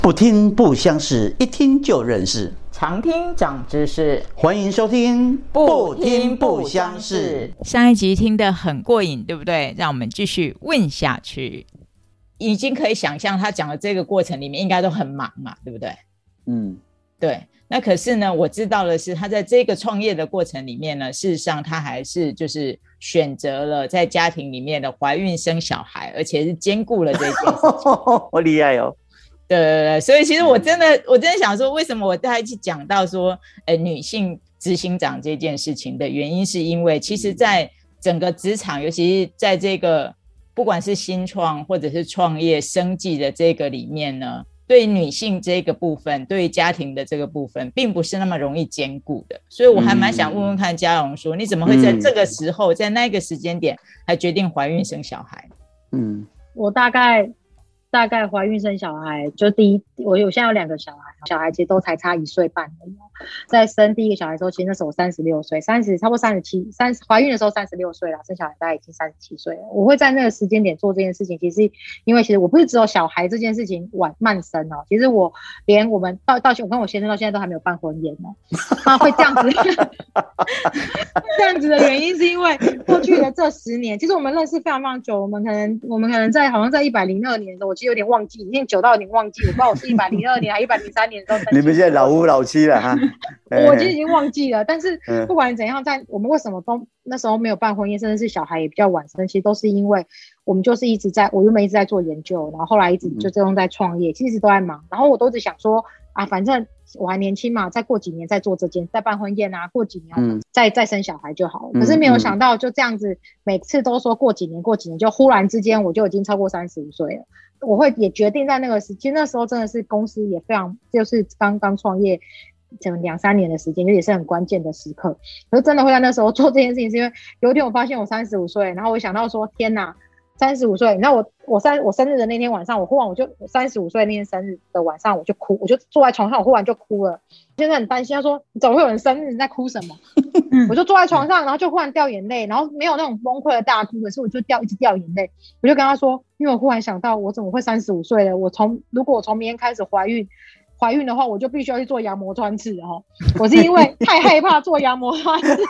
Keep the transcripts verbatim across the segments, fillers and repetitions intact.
不听不相识，一听就认识。 常听长知识， 欢迎收听不听不相识。 上一集听得很过瘾，对不对？让我们继续问下去。已经可以想象他讲的这个过程里面应该都很忙嘛，对不对？ 嗯， 对。那可是呢，我知道的是他在这个创业的过程里面呢，事实上他还是就是选择了在家庭里面的怀孕生小孩，而且是兼顾了这件事情。 好厉害哦。 对对对，所以其实我真的我真的想说，为什么我大概去讲到说呃，女性执行长这件事情的原因，是因为其实在整个职场，尤其是在这个不管是新创或者是创业生计的这个里面呢，对女性这个部分，对家庭的这个部分并不是那么容易兼顾的。所以我还蛮想问问看嘉荣说，你怎么会在这个时候，在那个时间点还决定怀孕生小孩？ 嗯，我大概大概怀孕生小孩，就第一，我我现在有两个小孩，小孩其实都才差一岁半而已。在生第一个小孩的时候，其实那时候我三十六岁，三十差不多三十七，三十怀孕的时候三十六岁了，生小孩大概已经三十七岁了。我会在那个时间点做这件事情，其实因为其实我不是只有小孩这件事情晚慢生哦，其实我连我们到到我跟我先生到现在都还没有办婚宴哦。他会这样子，这样子的原因是因为过去的这十年，其实我们认识非常非常久，我们可能我们可能在好像在一百零二年的时候，我其实有点忘记，已经久到有点忘记，我不知道我是一百零二年还一百零三年的时候。 你们现在老夫老妻了哈。 我其实已经忘记了，但是不管怎样，在我们为什么都那时候没有办婚宴，甚至是小孩也比较晚生，其实都是因为我们就是一直在，我原本一直在做研究，然后后来一直就这种在创业，其实一直都在忙，然后我都一直想说啊，反正我还年轻嘛，再过几年再做这件，再办婚宴啊，过几年、嗯、再再生小孩就好了。可是没有想到就这样子，每次都说过几年过几年，就忽然之间我就已经超过三十五岁了。我会也决定在那个时，其实那时候真的是公司也非常，就是刚刚创业。整两三年的时间，就也是很关键的时刻。可是真的会在那时候做这件事情，是因为有一天我发现我三十五岁，然后我想到说，天哪，三十五岁！你知道我我三我生日的那天晚上，我忽然我就三十五岁那天生日的晚上，我就哭，我就坐在床上，我忽然就哭了。现在很担心，他说你怎么会有人生日？你在哭什么？我就坐在床上，然后就忽然掉眼泪，然后没有那种崩溃的大哭，可是我就掉一直掉眼泪。我就跟他说，因为我忽然想到，我怎么会三十五岁了？我从如果我从明天开始怀孕。怀孕的话，我就必须要去做羊膜穿刺哦。我是因为太害怕做羊膜穿刺，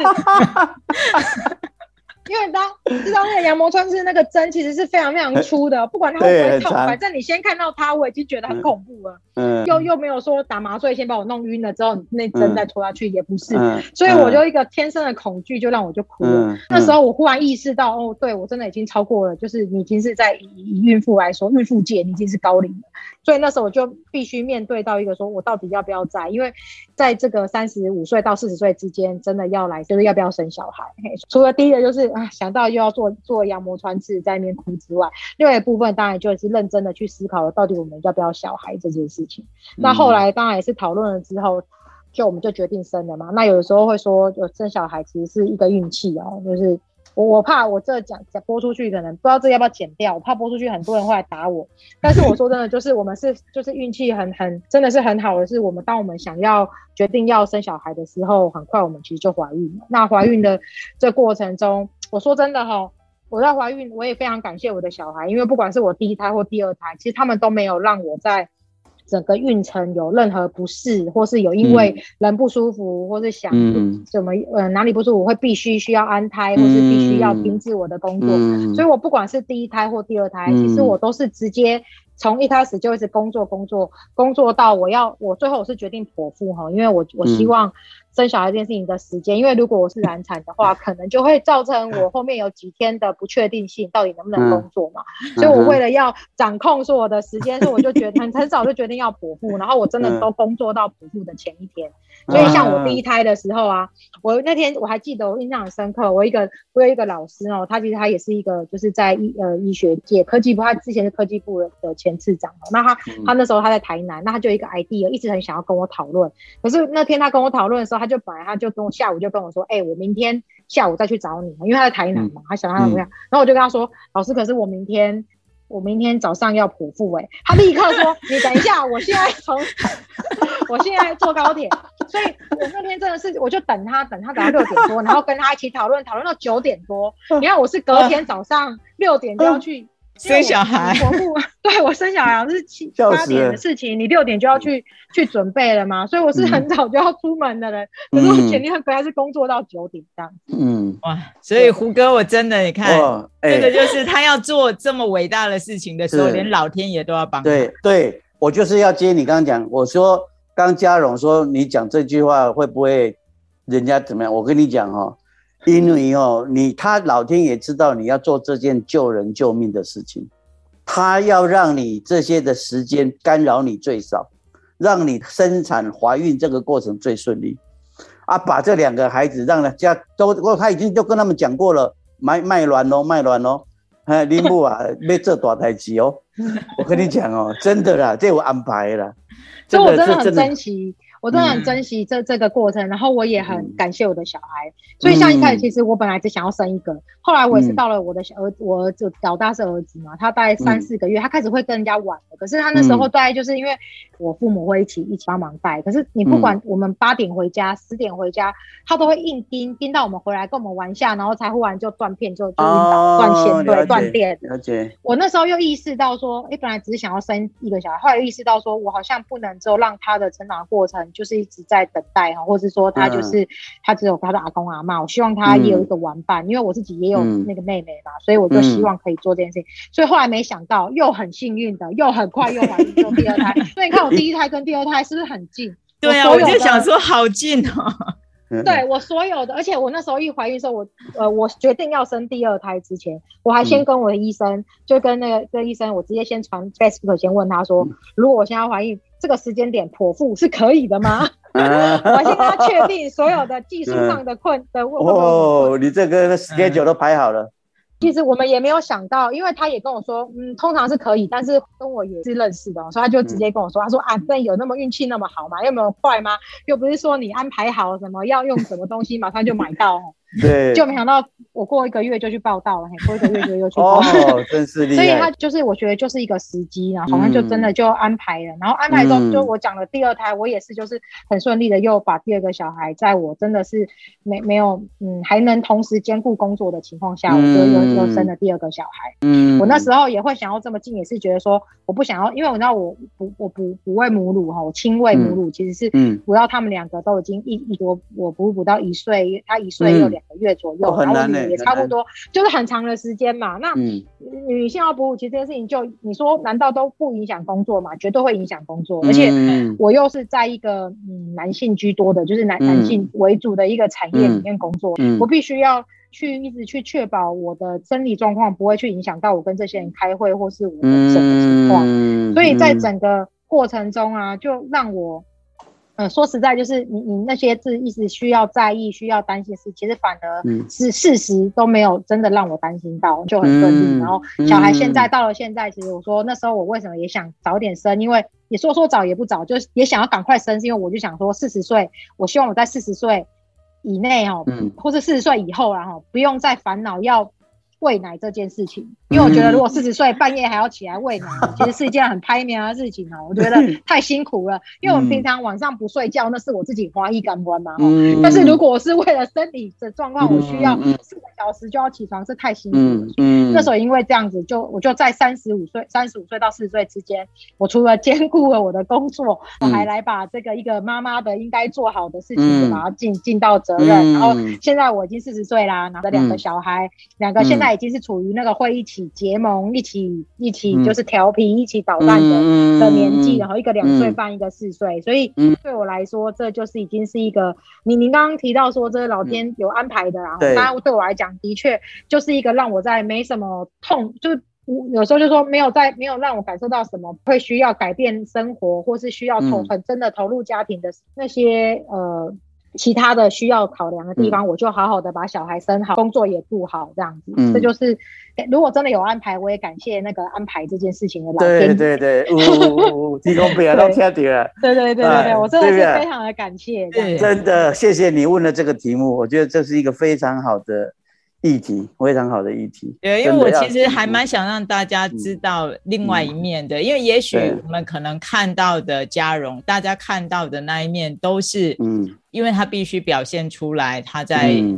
因为大家知道那个羊膜穿刺那个针其实是非常非常粗的，不管它会不会痛，反正你先看到它，我已经觉得很恐怖了。嗯，又又没有说打麻醉先把我弄晕了之后，那针再拖下去也不是，嗯、所以我就一个天生的恐惧就让我就哭了。嗯、那时候我忽然意识到，哦，对我真的已经超过了，就是你已经是在以孕妇来说，孕妇界你已经是高龄了。所以那时候我就必须面对到一个说，我到底要不要在？因为在这个三十五岁到四十岁之间，真的要来就是要不要生小孩。除了第一个就是啊，想到又要做做羊膜穿刺在那边哭之外，另外一部分当然就是认真的去思考了，到底我们要不要小孩这件事情。嗯、那后来当然也是讨论了之后，就我们就决定生了嘛。那有的时候会说，有生小孩其实是一个运气哦，就是。我我怕我这讲讲播出去，可能不知道这要不要剪掉，我怕播出去很多人会来打我。但是我说真的，就是我们是就是运气很很真的是很好的，是我们当我们想要决定要生小孩的时候，很快我们其实就怀孕了。那怀孕的这过程中，我说真的齁，我在怀孕我也非常感谢我的小孩，因为不管是我第一胎或第二胎，其实他们都没有让我在整个孕程有任何不适，或是有因为人不舒服，嗯、或是想什么、呃、哪里不舒服会必须需要安胎，或是必须要停止我的工作，嗯、所以我不管是第一胎或第二胎，嗯、其实我都是直接从一开始就一直工作工作工作到我要我最后我是决定剖腹哈，因为我我希望生小孩这件事情的时间，因为如果我是难产的话，可能就会造成我后面有几天的不确定性，到底能不能工作嘛？嗯、所以我为了要掌控所有的时间，所以我就决定很很早就决定要剖腹，然后我真的都工作到剖腹的前一天。所以像我第一胎的时候啊，我那天我还记得，我印象很深刻。我一个我有一个老师哦，他其实他也是一个就是在医呃医学界科技部，他之前是科技部的前次长。那他他那时候他在台南，那他就有一个 idea 一直很想要跟我讨论。可是那天他跟我讨论的时候，他就本来他就跟我下午就跟我说，哎、欸，我明天下午再去找你，因为他在台南嘛，他想他怎么样。然后我就跟他说，老师，可是我明天。我明天早上要剖腹哎，他立刻说你等一下，我现在从我现在坐高铁，所以我那天真的是我就等他等他等到六点多，然后跟他一起讨论讨论到九点多。你看我是隔天早上六点就要去生小孩， 我父对我生小孩是七八点的事情，你六点就要去去准备了嘛，所以我是很早就要出门的人。嗯、可是我前天回来是工作到九点这样。 嗯，哇，所以胡哥，我真的你看， 欸、 这个就是他要做这么伟大的事情的时候，连老天爷都要帮他。 对对，我就是要接你刚刚讲，我说刚嘉荣说你讲这句话会不会人家怎么样？我跟你讲哦。因为哦，你他老天也知道你要做这件救人救命的事情，他要让你这些的时间干扰你最少，让你生产怀孕这个过程最顺利啊！把这两个孩子让人家都，他已经都跟他们讲过了，卖卖卵哦，卖卵哦，哎，你母啊，要做大代志哦！我跟你讲哦，真的啦，这有安排啦， 所以我真的很珍惜。我真的很珍惜这、嗯、这个过程，然后我也很感谢我的小孩。所以像一开始，其实我本来只想要生一个，嗯、后来我也是到了我的小儿子，我儿子老大是儿子嘛，他大概三四个月，嗯、他开始会跟人家玩了。可是他那时候大概就是因为我父母会一起一起帮忙带，可是你不管我们八点回家、十点回家，他都会硬盯盯到我们回来跟我们玩下，然后才忽然就断片，就就晕倒、断线、对断电。 了解。 我那时候又意识到说，哎，本来只是想要生一个小孩，后来又意识到说我好像不能就让他的成长过程就是一直在等待哈，或是说他就是、嗯、他只有他的阿公阿嬷，我希望他也有一个玩伴、嗯，因为我自己也有那个妹妹嘛，嗯、所以我就希望可以做这件事情。嗯、所以后来没想到，又很幸运的，又很快又怀孕做第二胎。所以你看我第一胎跟第二胎是不是很近？ 对啊，我就想说好近哦。 对我所有的，而且我那时候一怀孕的时候，我呃，我决定要生第二胎之前，我还先跟我的医生，嗯、就跟那个跟医生，我直接先传 Facebook 先问他说，嗯、如果我现在怀孕，这个时间点剖腹是可以的吗？我先跟他确定所有的技术上的困的问题。 哦，你这个 schedule 都排好了。嗯其实我们也没有想到，因为他也跟我说，嗯，通常是可以，但是跟我也是认识的，所以他就直接跟我说，他说啊，那有那么运气那么好吗？又没有快吗？又不是说你安排好什么要用什么东西，马上就买到。 对， 就没想到我过一个月就去报到了，过一个月就又去报到哦，真是厉害。 所以他就是我觉得就是一个时机，然后好像就真的就安排了，嗯、然后安排之后就我讲了第二胎，我也是就是很顺利的又把第二个小孩，在我真的是没没有嗯还能同时兼顾工作的情况下，嗯、我就又又生了第二个小孩。嗯，我那时候也会想要这么近，也是觉得说我不想要，因为我知道我不我不不喂母乳哈，我亲喂母乳其实是我要他们两个都已经一一我我哺乳到一岁，他一岁又两。月左右， 哦、然后也差不多，就是很长的时间嘛。那、嗯、女性要哺乳，其实这件事情就你说，难道都不影响工作吗？绝对会影响工作。而且我又是在一个嗯男性居多的，就是男、嗯、男性为主的一个产业里面工作，嗯、我必须要去一直去确保我的生理状况不会去影响到我跟这些人开会或是我的整个情况。嗯、所以在整个过程中啊，就让我。嗯，说实在，就是你你那些字一直需要在意、需要担心的事，其实反而是事实都没有真的让我担心到，就很顺利。嗯、然后小孩现在到了现在，其实我说那时候我为什么也想早点生，因为也说说早也不早，就也想要赶快生，是因为我就想说四十岁，我希望我在四十岁以内哈，嗯、或是四十岁以后啦哈，不用再烦恼要喂奶这件事情，因为我觉得如果四十岁半夜还要起来喂奶，嗯、其实是一件很拍面的事情哦。我觉得太辛苦了，因为我们平常晚上不睡觉，那是我自己花一干关嘛。嗯、但是如果我是为了生理的状况，嗯、我需要四个小时就要起床，是太辛苦了。嗯嗯、那时候因为这样子，就我就在三十五岁、三十五岁到四十岁之间，我除了兼顾了我的工作，嗯、我还来把这个一个妈妈的应该做好的事情，嗯、把它尽尽到责任。嗯、然后现在我已经四十岁啦，拿着两个小孩，两、嗯、个现在。已经是处于那个会一起结盟、一起一起就是调皮、嗯、一起捣蛋的、嗯、的年纪，然后一个两岁半，嗯、一个四岁，所以对我来说，这就是已经是一个你您刚刚提到说，这个老天有安排的啦。当然对我来讲，的确就是一个让我在没什么痛，就有时候就说没有在没有让我感受到什么会需要改变生活，或是需要投很真的投入家庭的那些呃。其他的需要考量的地方，嗯、我就好好的把小孩生好，工作也顾好，这样子。嗯、这就是，如果真的有安排，我也感谢那个安排这件事情的老天。 对对对，呜，提供不要都听到了。 对对对对对，我真的是非常的感谢。 真的，谢谢你问了这个题目，我觉得这是一个非常好的议题，非常好的议题。 对，因为我其实还蛮想让大家知道另外一面的，嗯、因为也许我们可能看到的嘉荣，大家看到的那一面都是，嗯，因为他必须表现出来他在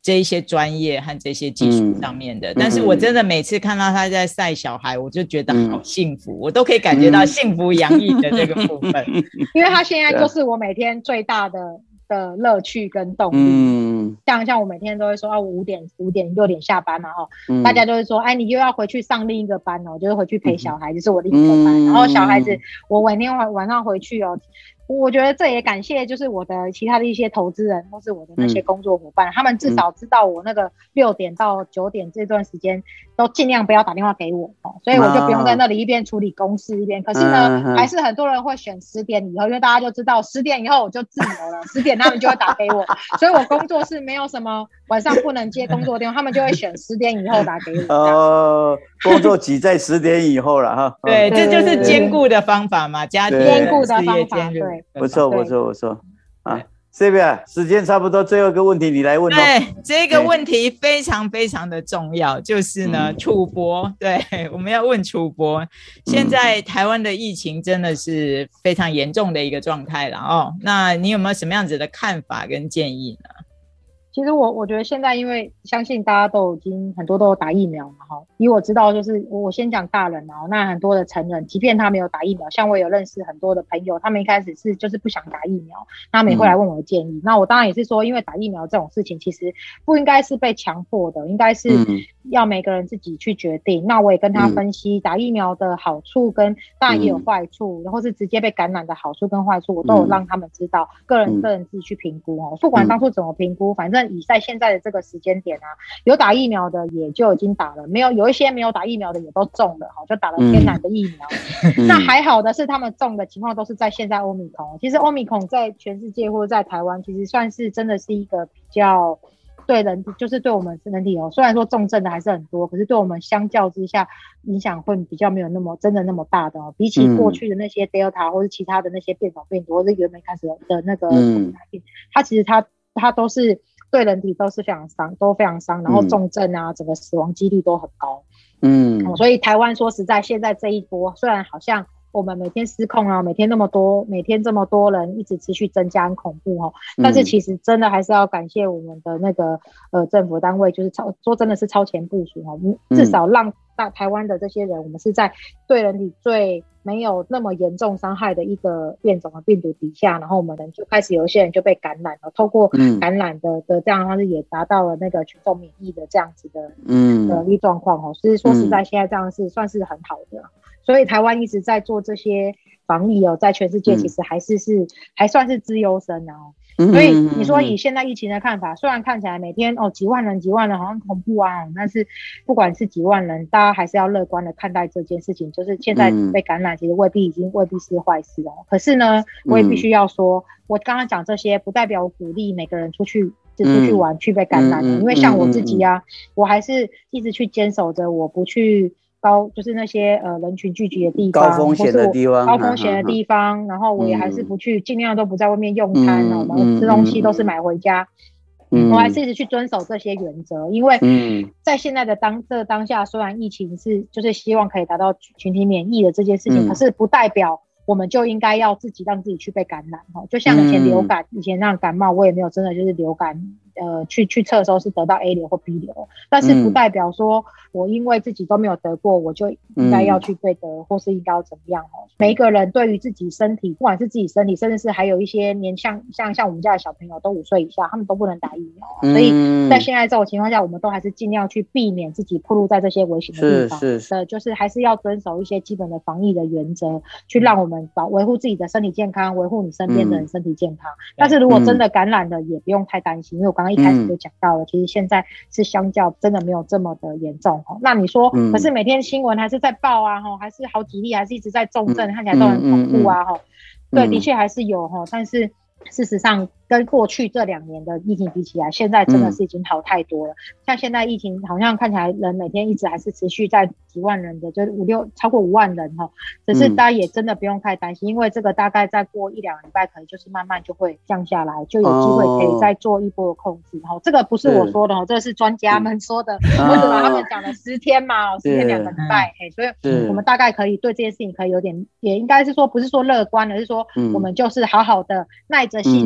这一些专业和这些技术上面的、嗯、但是我真的每次看到他在晒小孩我就觉得好幸福、嗯、我都可以感觉到幸福洋溢的这个部分、嗯、 因为他现在就是我每天最大的的乐趣跟动力，嗯，像像我每天都会说啊，我五点五点六点下班嘛，哈、嗯，大家都会说，哎，你又要回去上另一个班哦，就是回去陪小孩，这、嗯、是我另一个班、嗯，然后小孩子我每天晚晚上回去哦。我觉得这也感谢就是我的其他的一些投资人或是我的那些工作伙伴、嗯、他们至少知道我那个六点到九点这段时间都尽量不要打电话给我、哦、所以我就不用在那里一边处理公事一边、哦、可是呢、嗯、还是很多人会选十点以后，因为大家就知道十点以后我就自由了十点他们就会打给我所以我工作室没有什么晚上不能接工作电话，他们就会选十点以后打给我哦，工作挤在十点以后了哈对，这就是兼顾的方法嘛，家庭兼顾的方法，对， 不错不错不错啊 Sylvia 时间差不多，最后一个问题你来问哦。 对，这个问题非常非常的重要，就是呢楚博，对，我们要问楚博，现在台湾的疫情真的是非常严重的一个状态了哦，那你有没有什么样子的看法跟建议呢？ 其实我我觉得现在因为相信大家都已经很多都有打疫苗嘛哈，以我知道就是我先讲大人啊，那很多的成人即便他没有打疫苗，像我有认识很多的朋友，他们一开始是就是不想打疫苗，他们也会来问我的建议、嗯、那我当然也是说因为打疫苗这种事情其实不应该是被强迫的，应该是要每个人自己去决定、嗯、那我也跟他分析打疫苗的好处跟当然也有坏处、嗯、然后是直接被感染的好处跟坏处我都有让他们知道、嗯、个人个人自己去评估哦，不管当初怎么评估反正以在现在的这个时间点啊，有打疫苗的也就已经打了，没有有一些没有打疫苗的也都中了，就打了天然的疫苗、嗯、那还好的是他们中的情况都是在现在 Omicron， 其实 Omicron 在全世界或者在台湾其实算是真的是一个比较对人体就是对我们人体哦，虽然说重症的还是很多，可是对我们相较之下影响会比较没有那么真的那么大的哦，比起过去的那些 Delta 或是其他的那些变种病毒或是原本开始的那个、嗯、它其实它它都是对人体都是非常伤，都非常伤，然后重症啊、嗯、整个死亡几率都很高。嗯、哦，所以台湾说实在现在这一波虽然好像我们每天失控啊，每天那么多每天这么多人一直持续增加很恐怖哦，但是其实真的还是要感谢我们的那个呃政府单位，就是超说真的是超前部署哦，至少让大台湾的这些人我们是在对人体最没有那么严重伤害的一个变种的病毒底下，然后我们就开始有一些人就被感染了，透过感染的的这样的方式也达到了那个群众免疫的这样子的嗯的一状况哦，所以说实在现在这样是算是很好的，所以台湾一直在做这些防疫哦，在全世界其实还是是、嗯、还算是资优生啊、哦嗯、所以你说以现在疫情的看法，虽然看起来每天哦几万人几万人好像恐怖啊，但是不管是几万人大家还是要乐观的看待这件事情，就是现在被感染其实未必已经未必是坏事哦。可是呢我也必须要说、嗯、我刚刚讲这些不代表我鼓励每个人出去就出去玩、嗯、去被感染、嗯、因为像我自己啊、嗯、我还是一直去坚守着我不去高就是那些呃人群聚集的地方， 高风险的地方， 高风险的地方、嗯、然后我也还是不去、嗯、尽量都不在外面用餐、嗯、我们吃东西都是买回家、嗯、我还是一直去遵守这些原则，因为在现在的当这个当下虽然疫情是就是希望可以达到群体免疫的这件事情、嗯、可是不代表我们就应该要自己让自己去被感染，就像以前流感、嗯、以前那样感冒我也没有真的就是流感呃，去去测的时候是得到 A 流或 B 流，但是不代表说我因为自己都没有得过我就应该要去被得、嗯、或是应该要怎么样哦。每一个人对于自己身体不管是自己身体甚至是还有一些年像像像我们家的小朋友都五岁以下他们都不能打疫苗、嗯、所以在现在这种情况下我们都还是尽量去避免自己暴露在这些危险的地方，是是、呃、就是还是要遵守一些基本的防疫的原则，去让我们保维护自己的身体健康，维护你身边的人身体健康、嗯、但是如果真的感染了也不用太担心，因为我刚刚一开始就讲到了、嗯、其实现在是相较真的没有这么的严重。那你说、嗯、可是每天新闻还是在报啊，还是好几例还是一直在重症、嗯、看起来都很恐怖啊、嗯嗯、对，的确还是有，但是事实上跟过去这两年的疫情比起来现在真的是已经好太多了、嗯、像现在疫情好像看起来人每天一直还是持续在几万人的，就是五六超过五万人齁，只是大家也真的不用太担心、嗯、因为这个大概再过一两个礼拜可能就是慢慢就会降下来，就有机会可以再做一波的控制、哦、这个不是我说的齁，这是专家们说的，为什么他们讲了十天嘛，十天两个礼拜、欸、所以我们大概可以对这件事情可以有点，也应该是说不是说乐观，而是说我们就是好好的耐着性子、嗯、不要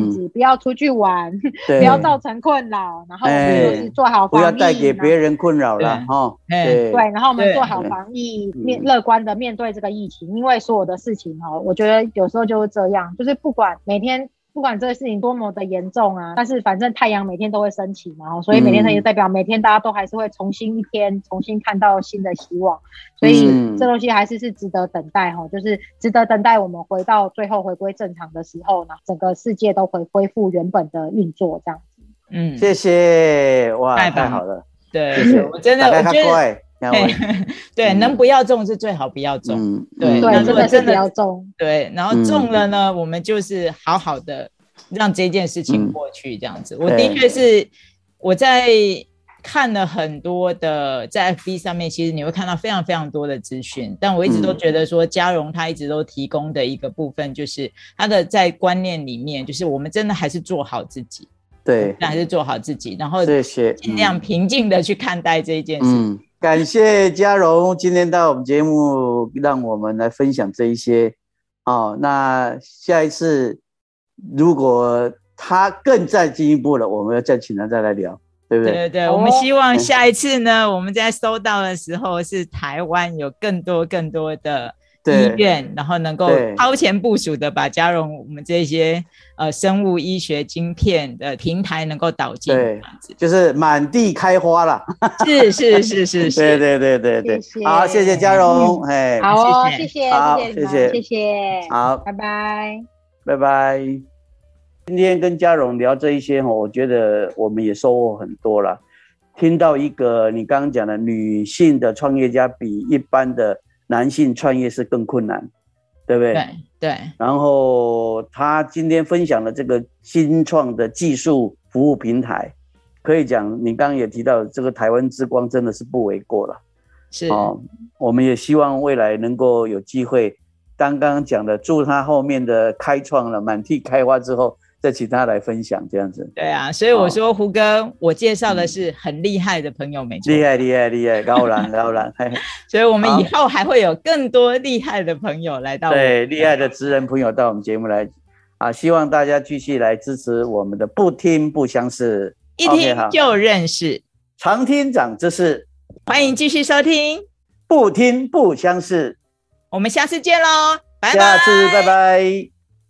要出去玩，不要造成困扰，然后我们就是做好防疫， 不要带给别人困扰了哈。 对，然后我们做好防疫，面乐观的面对这个疫情，因为所有的事情哦，我觉得有时候就是这样，就是不管每天。不管这个事情多么的严重啊，但是反正太阳每天都会升起嘛，所以每天它也代表每天大家都还是会重新一天，重新看到新的希望，所以这东西还是是值得等待哈，就是值得等待我们回到最后回归正常的时候呢，整个世界都会恢复原本的运作这样子。 嗯， 谢谢，哇，太好了， 对，谢谢我真的我觉得。对, 对、嗯，能不要中是最好不要中， 嗯、 对， 对，真的是不要中， 对，然后中了呢、嗯，我们就是好好的让这件事情过去，这样子。嗯、我的确是我在看了很多的，在 F B 上面，其实你会看到非常非常多的资讯，但我一直都觉得说，嘉荣他一直都提供的一个部分，就是他的在观念里面，就是我们真的还是做好自己。 对， 还是做好自己，然后谢谢， 尽量平静的去看待这一件事。 嗯，感谢嘉荣今天到我们节目，让我们来分享这一些。哦，那下一次如果他更再进一步了，我们要再请他再来聊，对不对？ 对对对，我们希望下一次呢，我们在收到的时候是台湾有更多更多的。医院，然后能够超前部署的把嘉荣我们这些呃生物医学晶片的平台能够导进， 对，就是满地开花了。 是是是是是， 对对对对对， 谢谢好，谢谢嘉荣，哎、 嗯，好哦，谢谢， 好， 谢谢， 谢谢， 谢谢， 好， 拜拜， 拜拜。今天跟嘉荣聊这一些，我觉得我们也收获很多了。听到一个你刚刚讲的女性的创业家比一般的男性创业是更困难，对不对？ 对对。 然后他今天分享的这个新创的技术服务平台，可以讲你刚刚也提到这个台湾之光真的是不为过了。 是哦，我们也希望未来能够有机会，当刚刚讲的，祝他后面的开创了满地开花之后，再请他来分享这样子。 对啊，所以我说胡哥、哦、我介绍的是很厉害的朋友，没错， 厉害厉害厉害，高蓝高蓝所以我们以后还会有更多厉害的朋友来到我们， 对，厉害的职人朋友到我们节目来啊，希望大家继续来支持我们的不听不相识， 一听就认识， 常听长知识， 欢迎继续收听不听不相识， 我们下次见咯，拜拜， 下次拜拜。